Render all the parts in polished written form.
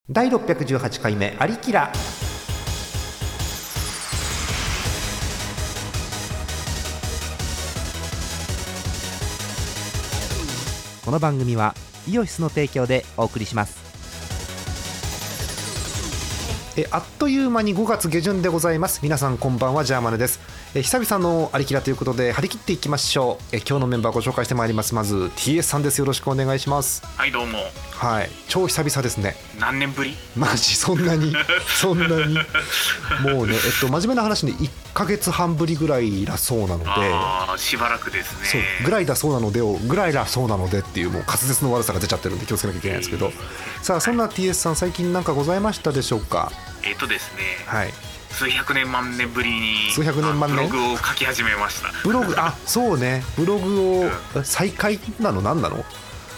第618回目アリキラ。この番組はイオシスの提供でお送りします。あっという間に5月下旬でございます。皆さんこんばんは、ジャーマネです。久々のアリキラということで張り切っていきましょう。今日のメンバーご紹介してまいります。まず TS さんです。よろしくお願いします。 はいどうも。 はい、超久々ですね。 何年ぶり？ マジそんなにそんなにもうね、真面目な話で1ヶ月半ぶりぐらいだそうなので、 しばらくですね。 そうぐらいだそうなのでをぐらいだそうなのでっていうもう滑舌の悪さが出ちゃってるんで気をつけなきゃいけないんですけど、さあそんな TS さん最近何かございましたでしょうか？ ですね、 はい、 数百年万年ぶりに数百年万年ブログを書き始めました。 ブログ、あ、そうね、ブログを再開なの？何なの？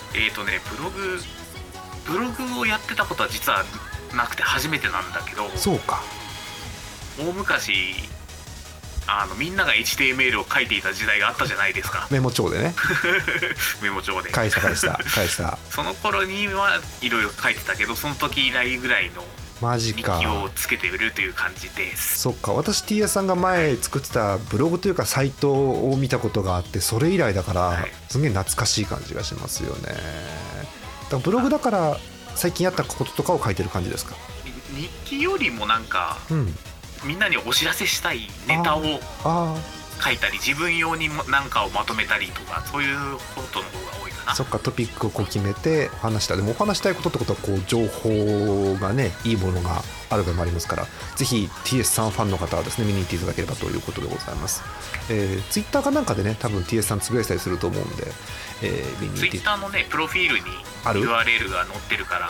ブログをやってたことは実はなくて初めてなんだけど、 そうか、 大昔みんなが HTML を書いていた時代があったじゃないですか。 メモ帳でねメモ帳で返したその頃にはいろいろ書いてたけど、その時以来ぐらいのマジか。 日記をつけて売るという感じです。 そっか、私 TS さんが前作ってたブログというかサイトを見たことがあって、それ以来だから、はい、すげえ懐かしい感じがしますよね。だからブログだから最近やったこととかを書いてる感じですか？ 日記よりもなんか、みんなにお知らせしたいネタを書いたり、自分用に何かをまとめたりとか、そういうことの方が多いかな。 そっか、トピックをこう決めて話した。でもお話したいことってことはこう情報がね、いいものがある場合もありますから、ぜひ TS さんファンの方はですね、見に行っていただければということでございます。ツイッターかなんかでね、多分 TS さんつぶやいたりすると思うんで、見に行って。 ツイッターのねプロフィールに URL が載ってるから、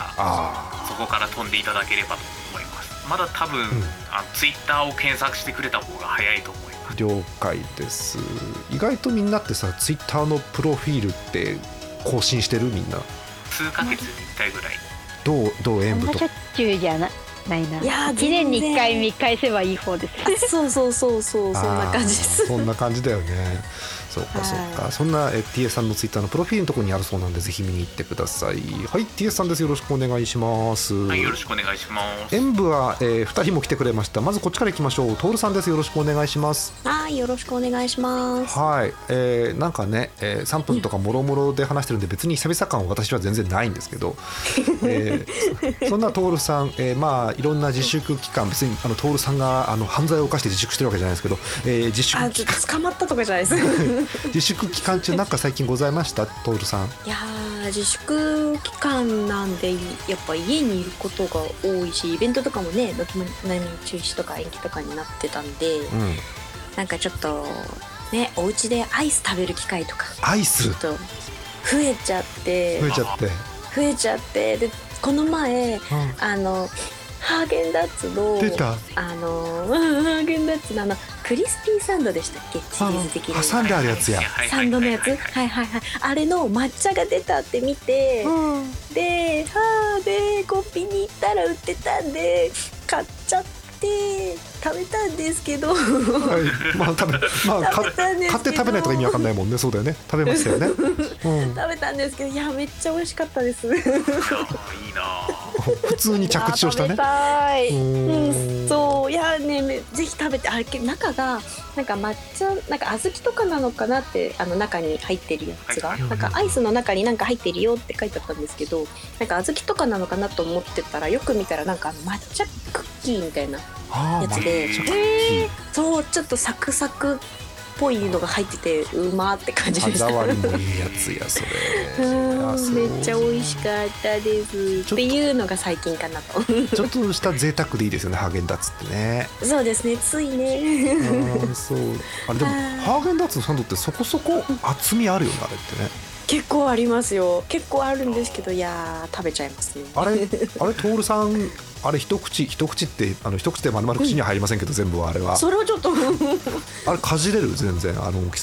そこから飛んでいただければと思います。まだ多分、ツイッターを検索してくれた方が早いと思います。 了解です。意外とみんなってさ、ツイッターのプロフィールって更新してる？みんな数ヶ月に1回ぐらい。 どう演舞としょっちゅうじゃないな。いや1年に1回見返せばいい方です。 そうそんな感じです。 そんな感じだよね。そうかそうか。そんな TS さんのツイッターのプロフィールのところにあるそうなんで、ぜひ見に行ってください。はい、 TS さんです。よろしくお願いします。 はい、よろしくお願いします。 演舞は、2人も来てくれました。まずこっちから行きましょう。トールさんです。よろしくお願いします。 はい、よろしくお願いします。 はい、なんかね、3分とかもろもろで話してるんで、別に久々感は私は全然ないんですけど、そんなトールさん、まあいろんな自粛期間、別にトールさんが犯罪を犯して自粛してるわけじゃないですけど、自粛ちょっと捕まったとかじゃないです自粛期間中なんか最近ございました？トールさん。 いや自粛期間なんでやっぱ家にいることが多いし、イベントとかもね軒並み中止とか延期とかになってたんで、なんかちょっとね、お家でアイス食べる機会とかアイスちょっと増えちゃってで、この前、ハーゲンダッツの出たハーゲンダッツのクリスピーサンドでしたっけ、シリーズ的に挟んであるやつや、 サンドのやつ、はい、あれの抹茶が出たって見て、でコンビニ行ったら売ってたんで買っちゃって食べたんですけど、 買って食べないとか意味わかんないもんね。そうだよね、食べましたよね、 食べたんですけど、いやめっちゃ美味しかったです。いいな普通に着地をしたね。 食べたい。そういやね、ぜひ食べて。あれ中がなんか抹茶、なんか小豆とかなのかなって、中に入ってるやつが、なんかアイスの中になんか入ってるよって書いてあったんですけど、なんか小豆とかなのかなと思ってたら、よく見たらなんか抹茶クッキーみたいなやつで、そうちょっとサクサクっぽいのが入っててうまって感じでした。 歯触りもいいやつやそれ。 めっちゃ美味しかったですっていうのが最近かなと。 ちょっとした贅沢でいいですよね、ハーゲンダッツってね。 そうですね、ついね。 そう、あれでもハーゲンダッツのサンドってそこそこ厚みあるよね、あれってね。 結構ありますよ。結構あるんですけど、いや食べちゃいますね。 あれトールさん、あれ一口って一口で丸々口には入りませんけど、全部はあれは。 それをちょっとあれかじれる？全然大きさ。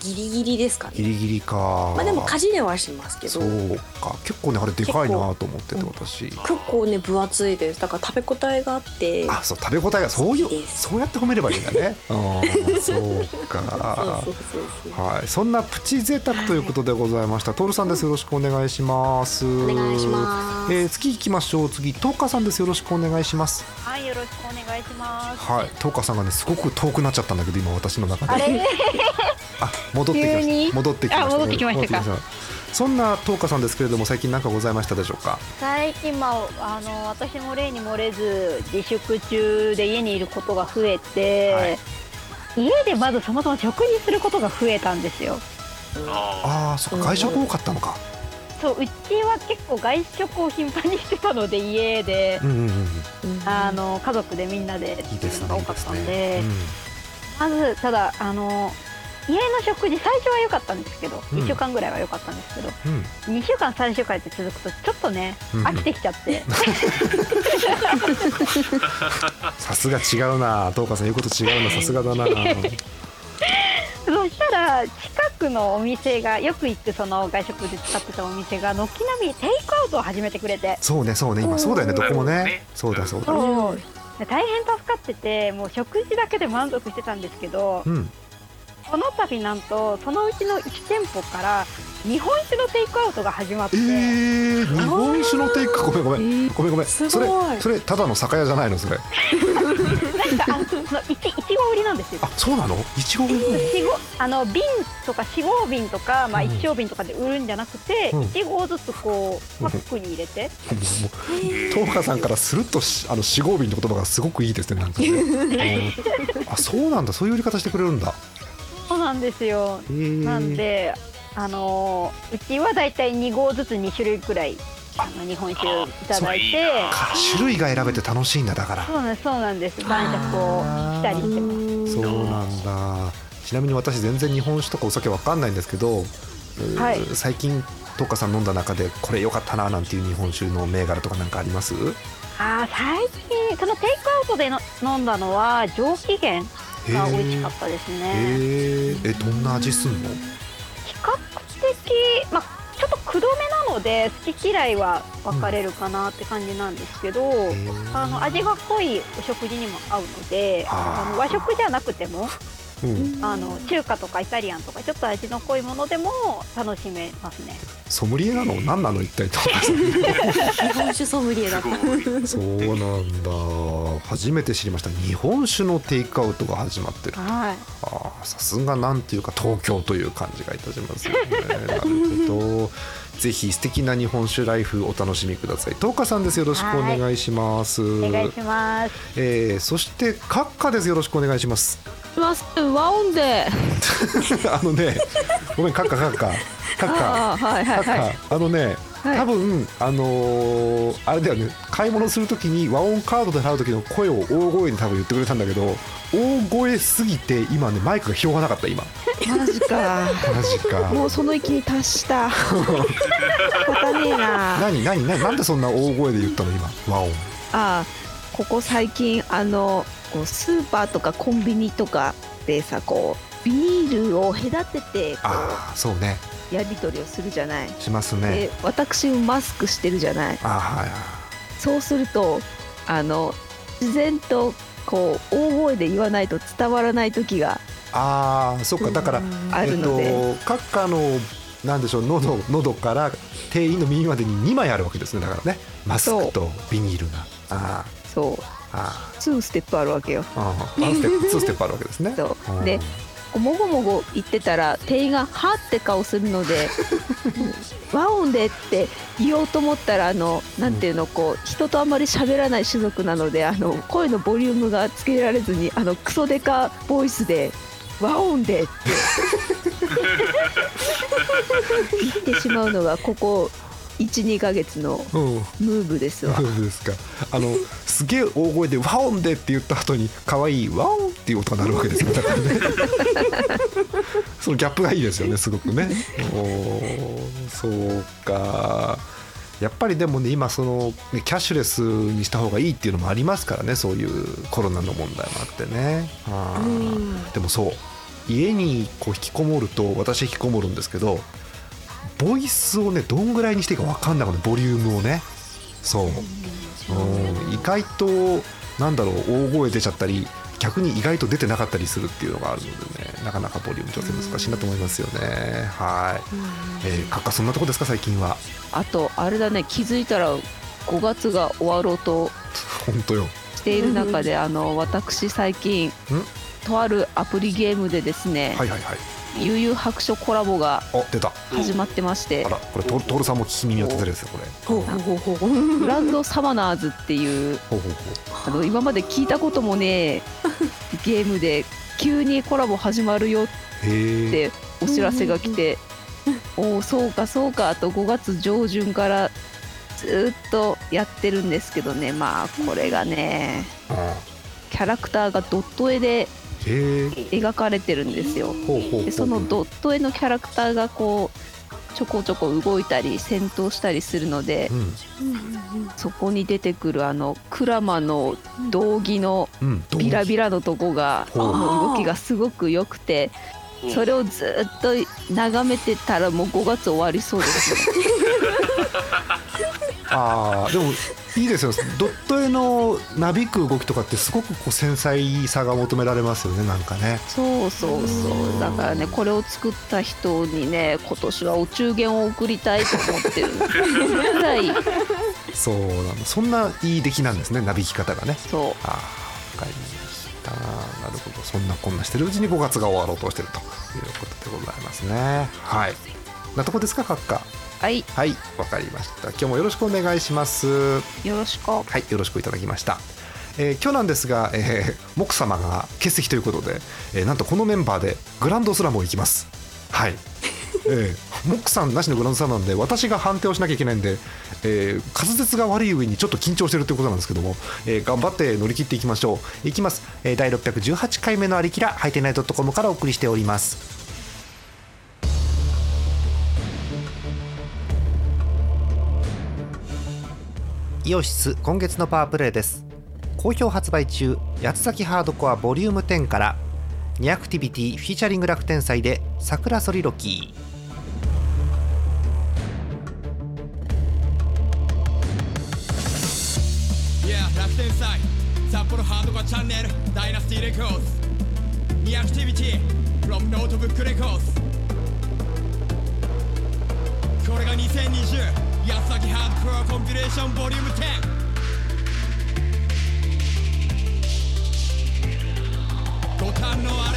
ギリギリですかね。 ギリギリか。 でもかじれはしますけど。 そうか、結構ねあれでかいなと思ってて私。結構ね分厚いです。だから食べ応えがあって。 そう食べ応えがそうやって褒めればいいんだね。そうか。はい、そんなプチ贅沢ということでございました。トールさんです。よろしくお願いします。 お願いします。 次行きましょう。次トーカさんです。よろしくお願いします。 はい、よろしくお願いします。 はい、トーカさんがねすごく遠くなっちゃったんだけど今私の中で。 あれ戻ってきました。戻ってきましたか。そんなトーカさんですけれども、最近何かございましたでしょうか。 最近私も例に漏れず自粛中で家にいることが増えて、はい、家でまずそもそも食事することが増えたんですよ。 そうか、外食多かったのか。 そう、うちは結構外食を頻繁にしてたので、家で、家族でみんなでっていうのが多かったんで、まずただ家の食事最初は良かったんですけど、1週間ぐらいは良かったんですけど、2週間3週間って続くとちょっとね、飽きてきちゃってさすが違うな、トーカさん言うこと違うな、さすがだなそしたら近くのお店がよく行くその外食で使ってたお店が軒並みテイクアウトを始めてくれて。 そうね今そうだよね、どこもね。そうだ大変助かってて、もう食事だけで満足してたんですけど、この度なんとそのうちの1店舗から日本酒のテイクアウトが始まって、 日本酒のテイク、ごめん、それただの酒屋じゃないのそれなんかいちご売りなんですよ。 そうなの。いちご売り瓶とか4合瓶とか、1升瓶とかで売るんじゃなくて、1合ずつこうパックに入れて、 トーカさんからすると4合瓶の言葉がすごくいいですね、なんかねそうなんだ、そういう売り方してくれるんだ。 そうなんですよ。なんでうちはだいたい2合ずつ2種類くらい日本酒いただいて、 種類が選べて楽しいんだ。だからそうなんです。晩酌をしたりしてます。 そうなんだ。ちなみに私全然日本酒とかお酒わかんないんですけど、最近トーカさん飲んだ中でこれ良かったななんていう日本酒の銘柄とかなんかあります？ 最近そのテイクアウトで飲んだのは上機嫌が美味しかったですね。 どんな味すんの？ 比較的、ちょっとくどめなので好き嫌いは分かれるかなって感じなんですけど、味が濃いお食事にも合うので、和食じゃなくても、中華とかイタリアンとかちょっと味の濃いものでも楽しめますね。 ソムリエなの？何なの一体と日本酒ソムリエだったそうなんだ、初めて知りました。日本酒のテイクアウトが始まってる。さすがなんていうか東京という感じがいたしますよねなるほど。ぜひ素敵な日本酒ライフお楽しみください。トーカさんです。よろしくお願いします。 お願いします。 そしてカッカです。よろしくお願いします。 和音でごめん、カッカ多分あれだよね、買い物するときに和音カードで払うときの声を大声で多分言ってくれたんだけど、大声すぎて今ねマイクが拾わなかった。今マジかもうその域に達した仕方ねえな。 なんでそんな大声で言ったの今和音。 ここ最近スーパーとかコンビニとかでさ、こうビニールを隔ててそうね、 やり取りをするじゃない。 しますね。 で私もマスクしてるじゃない。そうすると自然とこう大声で言わないと伝わらない時がそっか、だからあるので、 カッカのなんでしょう、喉から店員の耳までに2枚あるわけですね。だからね、マスクとビニールがそう2ステップあるわけよ。 2ステップあるわけですね。 そうで、もごもご言ってたら店員がはって顔するので和音でって言おうと思ったらなんていうの、こう人とあんまり喋らない種族なので声のボリュームがつけられずにクソデカボイスで和音でって言ってしまうのがここ 1,2 ヶ月のムーブですわ。 そうですか。すげえ大声で和音でって言った後に可愛い和音っていう音が鳴るわけですよ。だからねそのギャップがいいですよね、すごくね。そうか。やっぱりでもね、今キャッシュレスにした方がいいっていうのもありますからね。そういうコロナの問題もあってね。でもそう家にこう引きこもると、私引きこもるんですけど、ボイスをねどんぐらいにしていいか分かんなくて、ボリュームをね、そう、意外となんだろう、大声出ちゃったり逆に意外と出てなかったりするっていうのがあるのでね、なかなかボリューム調整難しいなと思いますよね。はい、閣下そんなとこですか最近は。 あとあれだね、気づいたら5月が終わろうと本当よしている中で私最近とあるアプリゲームでですね、 はいはいはい、 悠々白書コラボが出た始まってまして、 あら、これトールさんも聞き耳を立てるんですよこれ。 グランドサマナーズっていう今まで聞いたこともねゲームで急にコラボ始まるよってお知らせが来て、おおそうかそうかと5月上旬からずっとやってるんですけどね、まあこれがねキャラクターがドット絵で描かれてるんですよ。でそのドット絵のキャラクターがこうちょこちょこ動いたり戦闘したりするので、そこに出てくるクラマの道着のビラビラのとこが、動きがすごく良くて、それをずっと眺めてたらもう5月終わりそうですね。 あでもいいですよ、ドット絵のなびく動きとかってすごくこう繊細さが求められますよね、なんかね。 そうそうそう、だからねこれを作った人にね今年はお中元を送りたいと思ってるぐらいそうなの、そんないい出来なんですね、なびき方がね。 そう、 わかりました。なるほど、そんなこんなしてるうちに5月が終わろうとしてるということでございますね。はい、なとこですか閣下。 はいはい、わかりました。今日もよろしくお願いします。 よろしく。 はい、よろしくいただきました。今日なんですが、モク様が欠席ということで、なんとこのメンバーでグランドスラムを行きます。はい、モクさんなしのグランドスラムなんで私が判定をしなきゃいけないんで、滑舌が悪い上にちょっと緊張してるということなんですけども、頑張って乗り切っていきましょう。いきます。第618回目のありきらはいてない .com からお送りしております。イオシス今月のパワープレイです。好評発売中、八つ崎ハードコアボリューム10からニアクティビティフィーチャリング楽天祭で桜ソリロキー。楽天祭札幌ハードコアチャンネルダイナスティレコーズニアクティビティ from ノートブックレコーズ、これが2020八つ崎ハードコアコンピレーションボリューム10。ご堪能あれ。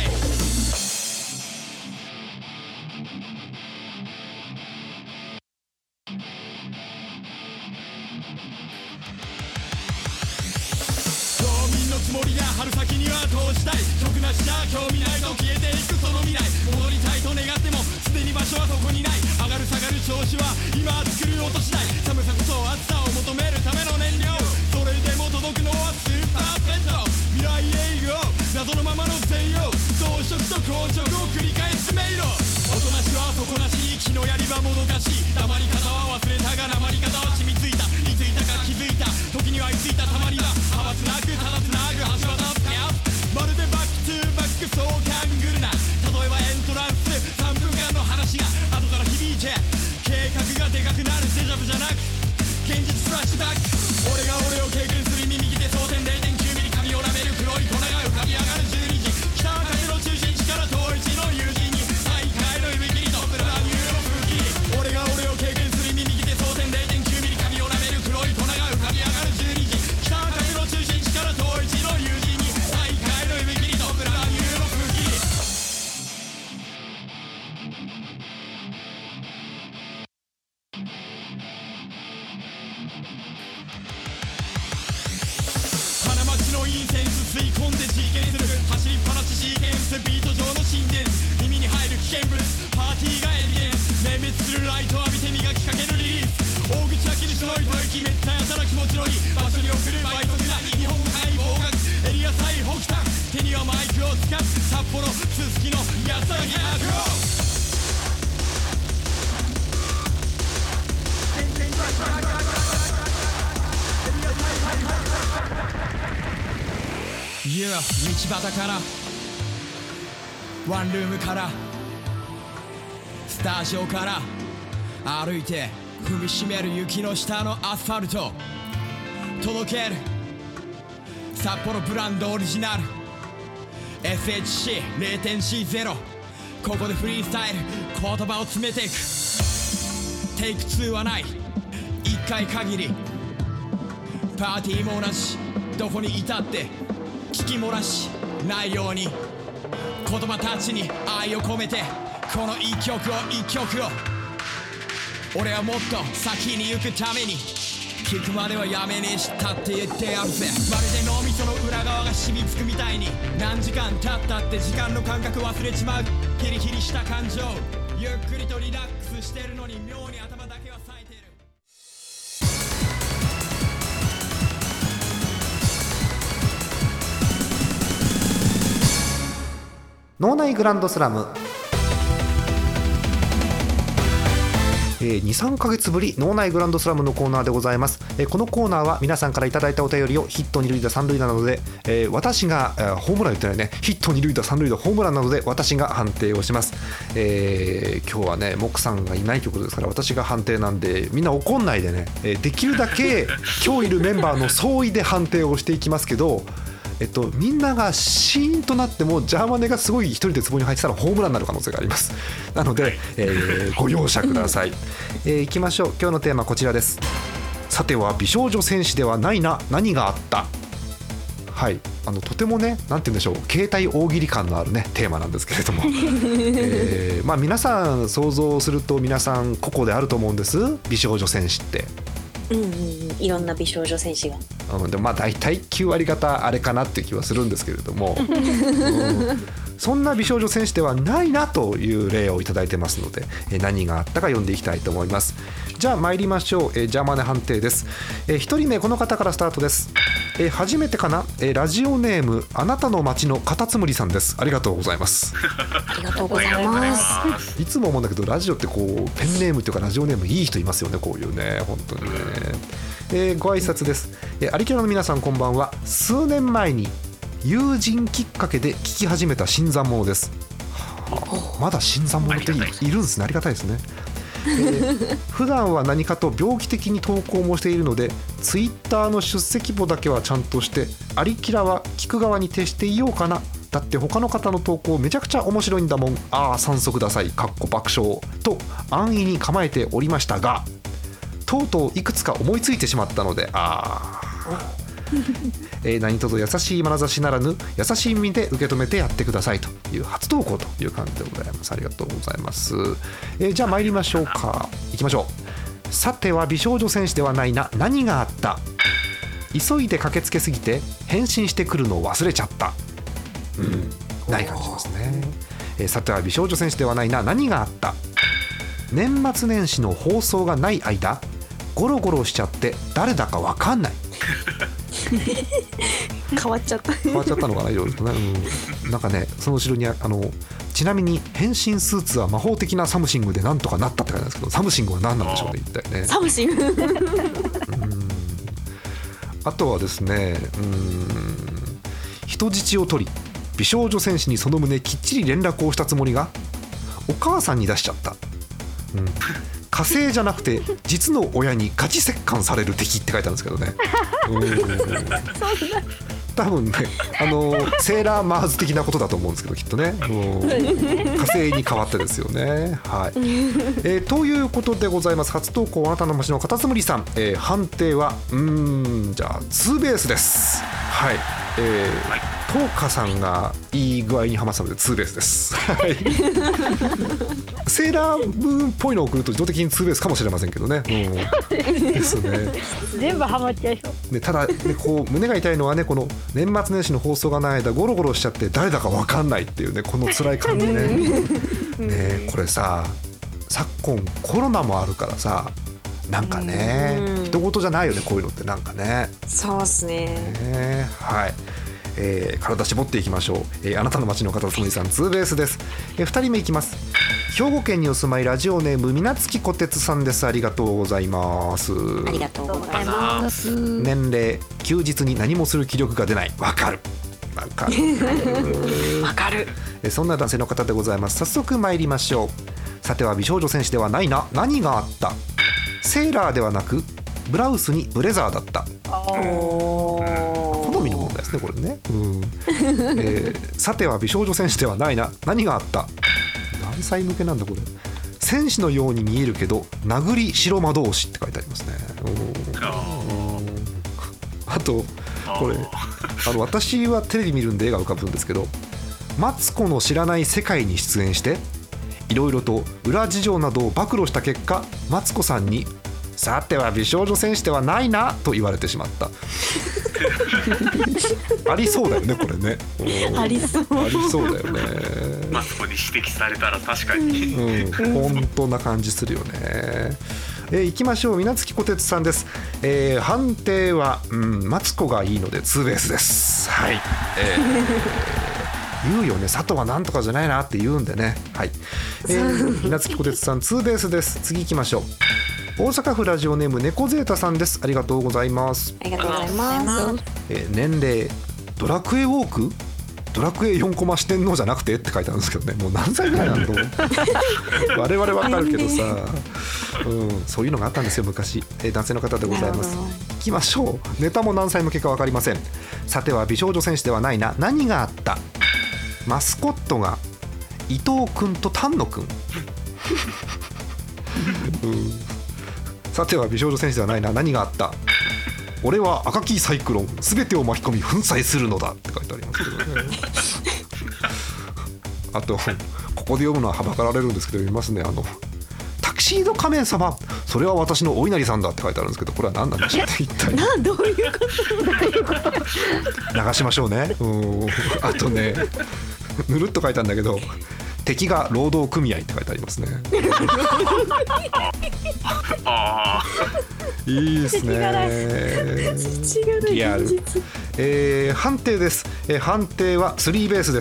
島民のつもりが春先には投じたい、曲なしじゃ興味ないと消えていくその未来、戻りたいと願ってもすでに場所はそこにない、上がる下がる調子は今作る音次第、寒さこそ暑さを求めるための燃料、それでも届くのはスーパーセント、未来営業謎のままの全容、増殖と硬直を繰り返す迷路、おとなしは底なしに気のやりはもどかしい、黙り方は忘れたが訛り方は染みついた、いついたか気づいた時にはいついたたまりだ、派閥なくただつなぐ橋渡ってやまるでバックトゥーバックそう勘ぐるな、例えばエントランス3分間の話が後から響いて計画がでかくなるデジャブじゃなく現実フラッシュバック、俺が俺を経験する耳右手争点 0.9 ミリ髪を舐める黒い粉が浮かび上がる12時、北は風の中心地から遠い地の友人に再会の指切りとブラニューの風紀、俺が俺を経験する耳右手争点 0.9 ミリ髪を舐める黒い粉が浮かび上がる12時、北は風の中心地から遠い地の友人に再会の指切りとブラニューの風紀。花街のインセンス吸い込んで実験する、走りっぱなしシーケンスビート上の心電図、耳に入る危険物パーティーがエビデンス、明滅するライト浴びて磨きかけるリリース、大口開ける白い吐息めったやたら気持ちのいい場所に送る倍速な日本海方角エリア最北端、手にはマイクをつかむ札幌すすきの八つ崎ハードコア。道端からワンルームからスタジオから歩いて踏みしめる雪の下のアスファルト届ける札幌ブランドオリジナル SHC0.C0 ここでフリースタイル言葉を詰めていくテイク2はない1回限りパーティーも同じどこにいたって聞き漏らしないように言葉たちに愛を込めてこの一曲を俺はもっと先に行くために聞くまではやめねえしたって言ってやるぜまるで脳みその裏側が染みつくみたいに何時間経ったって時間の感覚忘れちまうヒリヒリした感情ゆっくりとリラックスしてるのに妙に頭だけは冴えてる脳内グランドスラム、2、3ヶ月ぶり脳内グランドスラムのコーナーでございます。このコーナーは皆さんからいただいたお便りをヒット2塁打3塁打などで、私がホームラン言ってないね、ヒット2塁打3塁打ホームランなどで私が判定をします。今日はねモクさんがいないということですから私が判定なんでみんな怒んないでね、できるだけ今日いるメンバーの総意で判定をしていきますけどみんながシーンとなってもジャーマネがすごい一人で壺に入ってたらホームランになる可能性があります。なので、ご容赦ください。いきましょう。今日のテーマこちらです。さては美少女戦士ではないな、何があった。はい、とてもねなんて言うんでしょう、携帯大喜利感のあるねテーマなんですけれども、皆さん想像すると皆さん個々であると思うんです。美少女戦士っていろんな美少女戦士がでも大体9割方あれかなっていう気はするんですけれども、そんな美少女戦士ではないなという例をいただいてますので、何があったか読んでいきたいと思います。じゃあ参りましょう。ジャーマネ判定です。1人目この方からスタートです。初めてかな、ラジオネームあなたの町のカタツムリさんです。ありがとうございます。 ありがとうございます。 いつも思うんだけどラジオってこうペンネームというかラジオネームいい人いますよね、こういうね本当にね。ご挨拶です。アリキャラの皆さんこんばんは。数年前に友人きっかけで聞き始めた新参者です。まだ新参者っているんですね。ありがたいですね。普段は何かと病気的に投稿もしているのでツイッターの出席簿だけはちゃんとしてアリキラは聞く側に徹していようかな。だって他の方の投稿めちゃくちゃ面白いんだもん。酸素ください爆笑と安易に構えておりましたが、とうとういくつか思いついてしまったので何卒優しい眼差しならぬ優しい耳で受け止めてやってくださいという初投稿という感じでございます。ありがとうございます。じゃあ参りましょうか。いきましょう。さては美少女戦士ではないな、何があった。急いで駆けつけすぎて返信してくるのを忘れちゃった。ない感じしますね。さては美少女戦士ではないな、何があった。年末年始の放送がない間ゴロゴロしちゃって誰だか分かんない。 変わっちゃったのかな、いろいろとね、なんかねその後ろにちなみに変身スーツは魔法的なサムシングでなんとかなったって書いてあるんですけど、サムシングは何なんでしょうね一体ね。 サムシングあとはですね人質を取り美少女戦士にその旨きっちり連絡をしたつもりがお母さんに出しちゃった。火星じゃなくて実の親にガチ折檻される敵って書いてあるんですけどね。多分ねセーラーマーズ的なことだと思うんですけどきっとね火星に変わってですよね。はい、ということでございます。初投稿あなたの町のカタツムリさん、判定はじゃあツーベースです。はい、トーカさんがいい具合にはまったのでツーベースです。セーラームーンっぽいのを送ると自動的にツーベースかもしれませんけどね。ですね。 全部ハマっちゃいそう。 ね、ただ、ね、こう胸が痛いのはねこの年末年始の放送がない間ゴロゴロしちゃって誰だか分かんないっていうねこの辛い感じね。ねこれさ昨今コロナもあるからさなんかね人事じゃないよねこういうのってなんかね。 そうっすね。 はい。体絞っていきましょう。あなたの町の方つむりさんツーベースです。2人目いきます。兵庫県にお住まいラジオネームみなつきこてつさんです。ありがとうございます。 ありがとうございます。 年齢休日に何もする気力が出ない。わかる。 わかるわかる。 そんな男性の方でございます。早速参りましょう。さては美少女戦士ではないな。何があった。セーラーではなくブラウスにブレザーだった。好みの問題ですねこれね、さては美少女戦士ではないな。何があった。何歳向けなんだこれ。戦士のように見えるけど殴り白魔導士って書いてありますね。あとこれ私はテレビ見るんで絵が浮かぶんですけど、マツコの知らない世界に出演していろいろと裏事情などを暴露した結果、マツコさんにさては美少女戦士ではないなと言われてしまったありそうだよねこれね。 ありそうだよね。 マツコに指摘されたら確かに、 本当な感じするよね。行きましょう。水月小鉄さんです。判定は、マツコがいいのでツーベースです。はい、言うよね、佐藤はなんとかじゃないなって言うんでね。はい、水月小鉄さんツーベースです。次行きましょう。大阪府ラジオネーム猫ゼータさんです。ありがとうございます。 ありがとうございます。 年齢ドラクエウォーク、ドラクエ4コマ四天王じゃなくてって書いてあるんですけどね。もう何歳ぐらいなんだろう我々わかるけどさ、そういうのがあったんですよ昔。男性の方でございます。いきましょう。ネタも何歳向けか分かりません。さては美少女戦士ではないな。何があった。マスコットが伊藤くんと丹野くんさては美少女戦士ではないな。何があった。俺は赤きサイクロン、すべてを巻き込み粉砕するのだって書いてありますけどねあとここで読むのははばかられるんですけど読みますね。タキシード仮面様、それは私のお稲荷さんだって書いてあるんですけど、これは何なんでしょうね一体。 どういうこと流しましょうね。あとねぬるっと書いたんだけど、敵が労働組合って書いてありますねいいですね。リアル。判定です。判定はスリーベースです。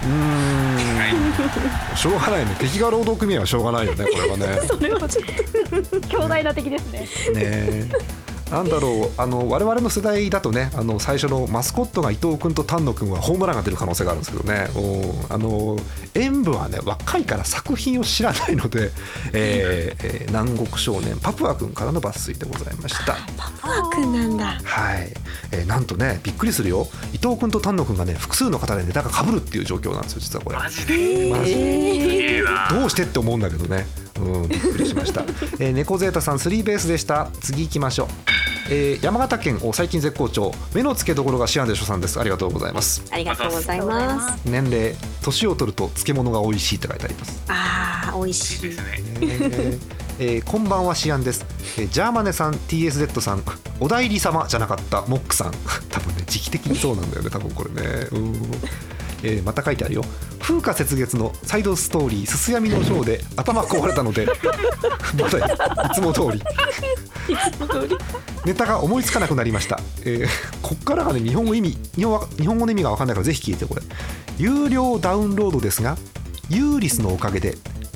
しょうがないね。敵が労働組合はしょうがないよねこれはねそれはちょっと強大な敵ですね。 ねなんだろう、我々の世代だとね、最初のマスコットが伊藤君と丹野君はホームランが出る可能性があるんですけどね。演舞はね若いから作品を知らないので、南国少年パプア君からの抜粋でございました。 パプア君なんだ。 はい、なんとねびっくりするよ。伊藤君と丹野君がね複数の方でネタが被るっていう状況なんですよ実はこれ。 マジでどうしてって思うんだけどね。びっくりしました猫ゼータさんスリーベースでした。次行きましょう。山形県最近絶好調目の付けどころがシアンでしょさんです。ありがとうございます。 ありがとうございます。 年齢年を取ると漬物が美味しいって書いてあります。 美味しいですね。 こんばんはシアンです。ジャーマネさん TSZ さんお代理様じゃなかったモックさん多分ね時期的にそうなんだよね多分これね。また書いてあるよ。風花雪月のサイドストーリーすすやみのショーで頭壊れたのでまだいつも通りネタが思いつかなくなりました。こっからがね日本語の意味が分かんないからぜひ聞いて。これ有料ダウンロードですがユーリスのおかげで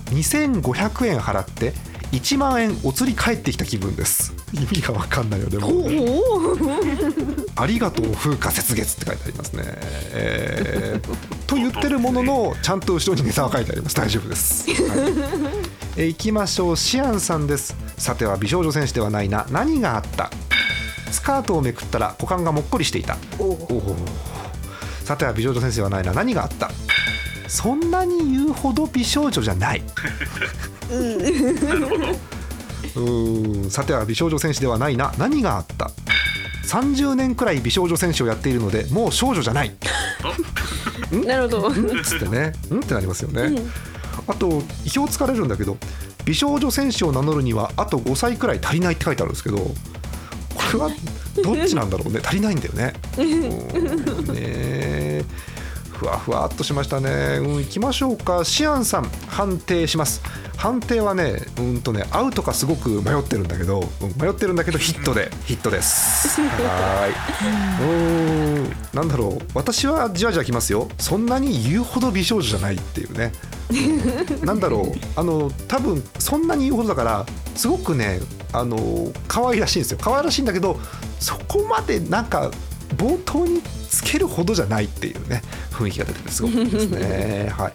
2500円払って1万円お釣り返ってきた気分です。意味が分かんないよでもありがとう風花雪月って書いてありますね。と言ってるもののちゃんと後ろにネタが書いてあります。大丈夫です、行きましょう。シアンさんです。さては美少女戦士ではないな。何があった。スカートをめくったら股間がもっこりしていた。さては美少女戦士ではないな。何があった。そんなに言うほど美少女じゃないなるほど。 さては美少女戦士ではないな。何があった。30年くらい美少女戦士をやっているのでもう少女じゃないなるほどつってねってなりますよね。あと意表つかれるんだけど美少女戦士を名乗るにはあと5歳くらい足りないって書いてあるんですけど、これはどっちなんだろうね。足りないんだよね。ふわふわっとしましたね。行きましょうか。シアンさん判定します。判定はねアウトかすごく迷ってるんだけどヒットです。なんだろう、私はじわじわきますよ。そんなに言うほど美少女じゃないっていうねなんだろう、多分そんなに言うほどだからすごくね可愛らしいんですよ。可愛らしいんだけどそこまでなんか冒頭につけるほどじゃないっていうね雰囲気が出ててすごくいいですねはい、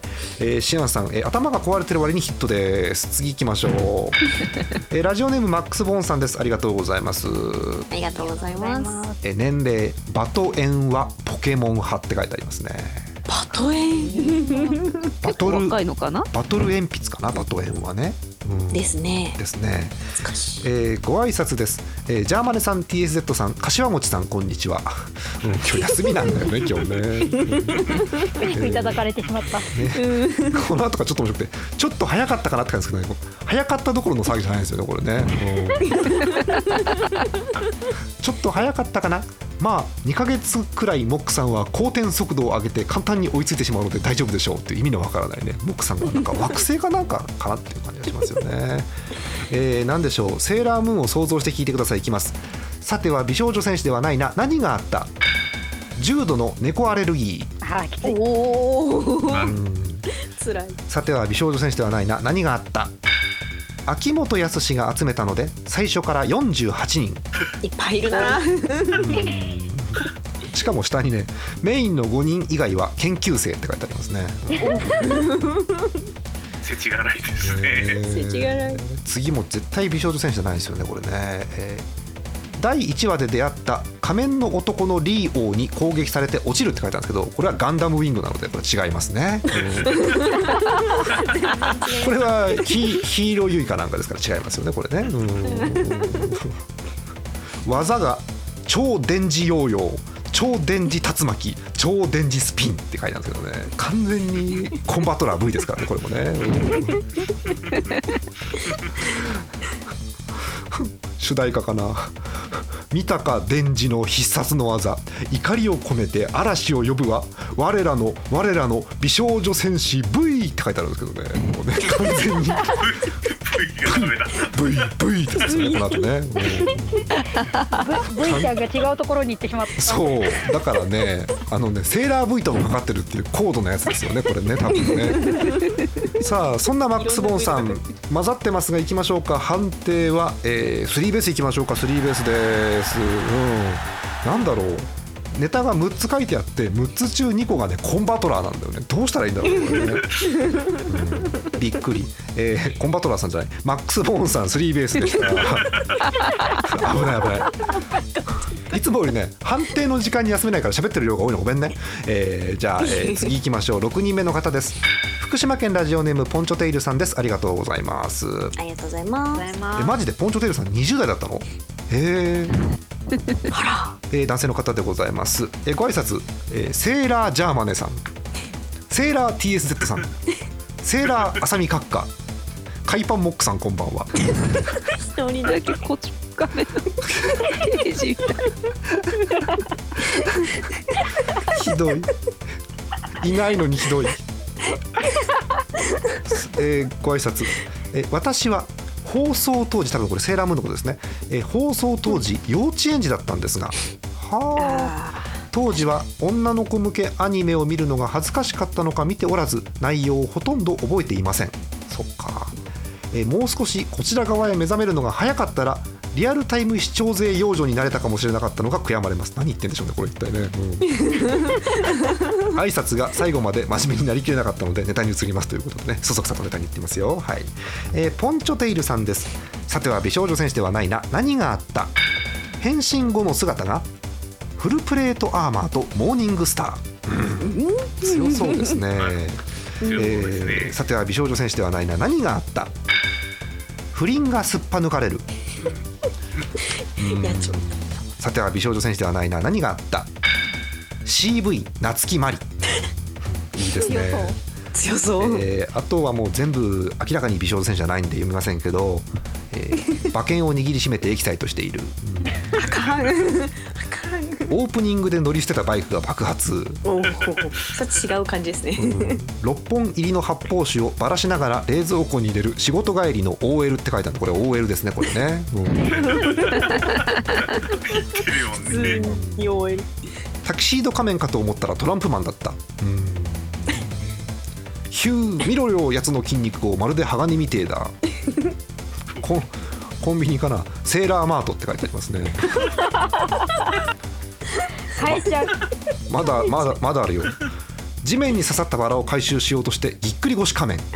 シアンさん、頭が壊れてる割にヒットです。次行きましょう、ラジオネームマックスボーンさんです。ありがとうございます。 ありがとうございます。 年齢バトエンはポケモン派って書いてありますね。 バトエンバトル若いのかな。 バトル鉛筆かなバトエンはね、 ですね。 ですね。 難しい。ご挨拶です。ジャーマネさん、 TSZ さん、柏餅さん、こんにちは。今日休みなんだよね今日ね。 いただかれてしまった、 この後がちょっと面白くて、ちょっと早かったかなって感じですけどね、早かったどころの騒ぎじゃないですよねこれね。ちょっと早かったかな。まあ2ヶ月くらいモックさんは後転速度を上げて簡単に追いついてしまうので大丈夫でしょうっていう意味のわからないねモックさんがなんか惑星かなんかかなっていう感じがしますよね。なんでしょう。セーラームーンを想像して聞いてください。いきます。さては美少女戦士ではないな。何があった。重度の猫アレルギー。 きつい。 つらい。 さては美少女戦士ではないな。何があった。秋元康が集めたので最初から48人。 いっぱいいるな。 しかも下にねメインの5人以外は研究生って書いてありますね。 世知辛いですね。 世知辛い。 次も絶対美少女戦士じゃないですよねこれね。第1話で出会った仮面の男のリー王に攻撃されて落ちるって書いてあるんですけど、これはガンダムウィングなのでこれ違いますね。これはヒーローユイかなんかですから違いますよねこれね。技が超電磁ヨーヨー、超電磁竜巻、超電磁スピンって書いてあるんですけどね、完全にコンバトラー V ですからねこれもね。主題歌かな。見たか電磁の必殺の技、怒りを込めて嵐を呼ぶは我らの美少女戦士 V って書いてあるんですけどね、もうね完全に V ですねこの後ね。 V ちゃんが違うところに行ってしまった。 そうだからねセーラー V ともかかってるっていう高度なやつですよねこれね多分ね。さあそんなマックスボーンさん混ざってますがいきましょうか。判定は、3ベースいきましょうか。3ベースです。なんだろう、ネタが6つ書いてあって6つ中2個がねコンバトラーなんだよね。どうしたらいいんだろうこれね。びっくり、コンバトラーさんじゃない、マックスボーンさん3ベースでした。危ないいつもよりね判定の時間に休めないから喋ってる量が多いのごめんね。じゃあ、次行きましょう。6人目の方です。福島県ラジオネームポンチョテイルさんです。ありがとうございます。 ありがとうございます。 マジでポンチョテイルさん20代だったの。男性の方でございます。ご挨拶、セーラージャーマネさん、セーラー TSZ さん、セーラーアサミ閣下、海パンモックさん、こんばんは。 一人だけこっち画面のページみたい。 ひどい、いないのにひどい。ご挨拶、私は放送当時、多分これセーラームーンのことですね。放送当時幼稚園児だったんですが、当時は女の子向けアニメを見るのが恥ずかしかったのか見ておらず内容をほとんど覚えていません。そっか。もう少しこちら側へ目覚めるのが早かったらリアルタイム視聴勢養女になれたかもしれなかったのが悔やまれます。何言ってんでしょうねこれ一体ね。挨拶が最後まで真面目になりきれなかったのでネタに移りますということでね、そそくさとネタにいってますよ。はい。ポンチョテイルさんです。さては美少女戦士ではないな。何があった。変身後の姿がフルプレートアーマーとモーニングスター、強そうですね。さては美少女戦士ではないな。何があった。不倫がすっぱ抜かれる。さては美少女戦士ではないな。何があった。 CV 夏木マリ。いいですね。 強そう。 あとはもう全部明らかに美少女戦士じゃないんで読みませんけど、馬券を握りしめてエキサイトしている。 あかん。 オープニングで乗り捨てたバイクが爆発。 それ違う感じですね。 6本入りの発泡酒をばらしながら冷蔵庫に入れる仕事帰りの OL って書いてあるんで、これ OL ですねこれね。タキシード仮面かと思ったらトランプマンだった。ヒュー見ろよやつの筋肉をまるで鋼みてえだ。コンビニかな。セーラーマートって書いてありますね。 変えちゃう。 まだあるよ。地面に刺さったバラを回収しようとしてぎっくり腰仮面。